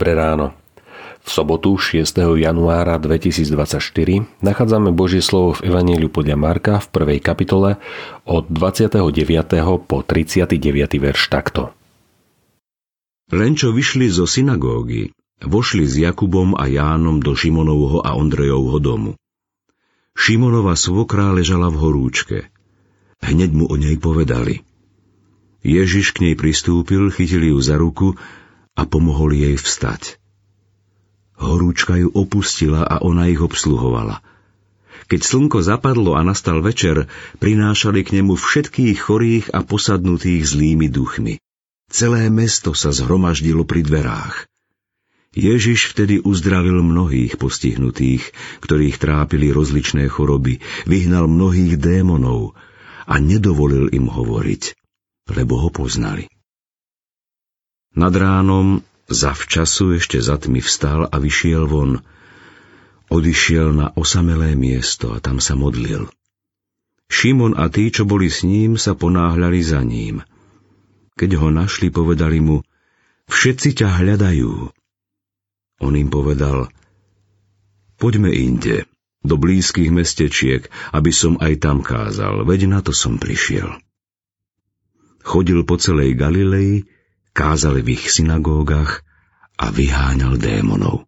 Dobré ráno. V sobotu 6. januára 2024 nachádzame Božie slovo v Evanjeliu podľa Marka v 1. kapitole od 29. po 39. verš takto. Len čo vyšli zo synagógy, vošli s Jakubom a Jánom do Šimonovho a Ondrejovho domu. Šimonova svokra ležala v horúčke. Hneď mu o nej povedali. Ježiš k nej pristúpil, chytil ju za ruku a pomohol jej vstať. Horúčka ju opustila a ona ich obsluhovala. Keď slnko zapadlo a nastal večer, prinášali k nemu všetkých chorých a posadnutých zlými duchmi. Celé mesto sa zhromaždilo pri dverách. Ježiš vtedy uzdravil mnohých postihnutých, ktorých trápili rozličné choroby, vyhnal mnohých démonov a nedovolil im hovoriť, lebo ho poznali. Nad ránom zavčasu ešte za tmy vstal a vyšiel von. Odišiel na osamelé miesto a tam sa modlil. Šimon a tí, čo boli s ním, sa ponáhľali za ním. Keď ho našli, povedali mu, všetci ťa hľadajú. On im povedal, poďme inde, do blízkych mestečiek, aby som aj tam kázal, veď na to som prišiel. Chodil po celej Galilei, kázal v ich synagógach a vyháňal démonov.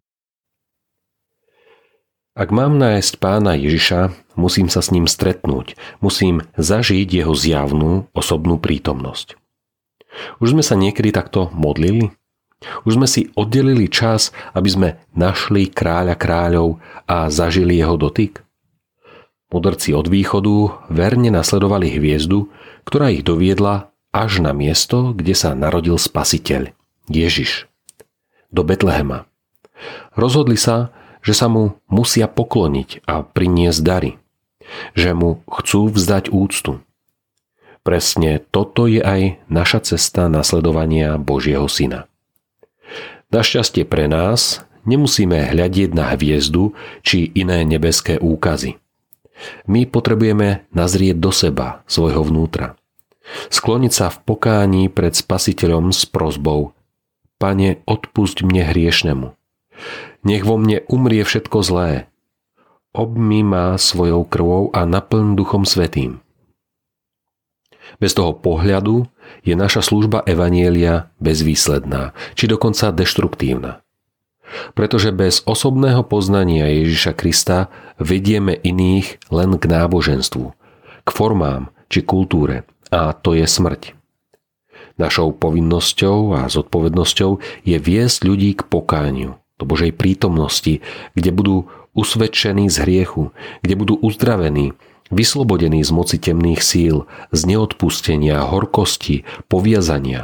Ak mám nájsť Pána Ježiša, musím sa s ním stretnúť, musím zažiť jeho zjavnú osobnú prítomnosť. Už sme sa niekedy takto modlili? Už sme si oddelili čas, aby sme našli kráľa kráľov a zažili jeho dotyk? Mudrci od východu verne nasledovali hviezdu, ktorá ich doviedla až na miesto, kde sa narodil Spasiteľ, Ježiš, do Betlehema. Rozhodli sa, že sa mu musia pokloniť a priniesť dary, že mu chcú vzdať úctu. Presne toto je aj naša cesta nasledovania Božieho Syna. Našťastie pre nás nemusíme hľadieť na hviezdu či iné nebeské úkazy. My potrebujeme nazrieť do seba, svojho vnútra. Skloniť sa v pokání pred Spasiteľom s prosbou: Pane, odpusť mne hriešnemu. Nech vo mne umrie všetko zlé. Obmyj ma svojou krvou a naplň Duchom Svätým. Bez toho pohľadu je naša služba evanjelia bezvýsledná, či dokonca deštruktívna. Pretože bez osobného poznania Ježiša Krista vedieme iných len k náboženstvu, k formám či kultúre, a to je smrť. Našou povinnosťou a zodpovednosťou je viesť ľudí k pokániu, do Božej prítomnosti, kde budú usvedčení z hriechu, kde budú uzdravení, vyslobodení z moci temných síl, z neodpustenia, horkosti, poviazania.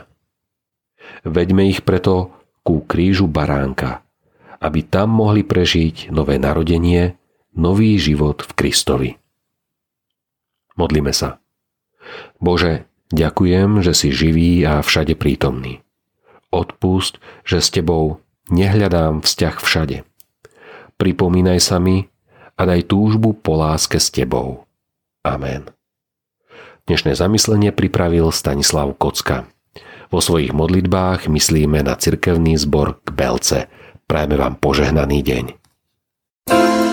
Veďme ich preto ku krížu baránka, aby tam mohli prežiť nové narodenie, nový život v Kristovi. Modlíme sa. Bože, ďakujem, že si živý a všade prítomný. Odpusť, že s Tebou nehľadám vzťah všade. Pripomínaj sa mi a daj túžbu po láske s Tebou. Amen. Dnešné zamyslenie pripravil Stanislav Kocka. Vo svojich modlitbách myslíme na cirkevný zbor k Belce. Prajeme vám požehnaný deň.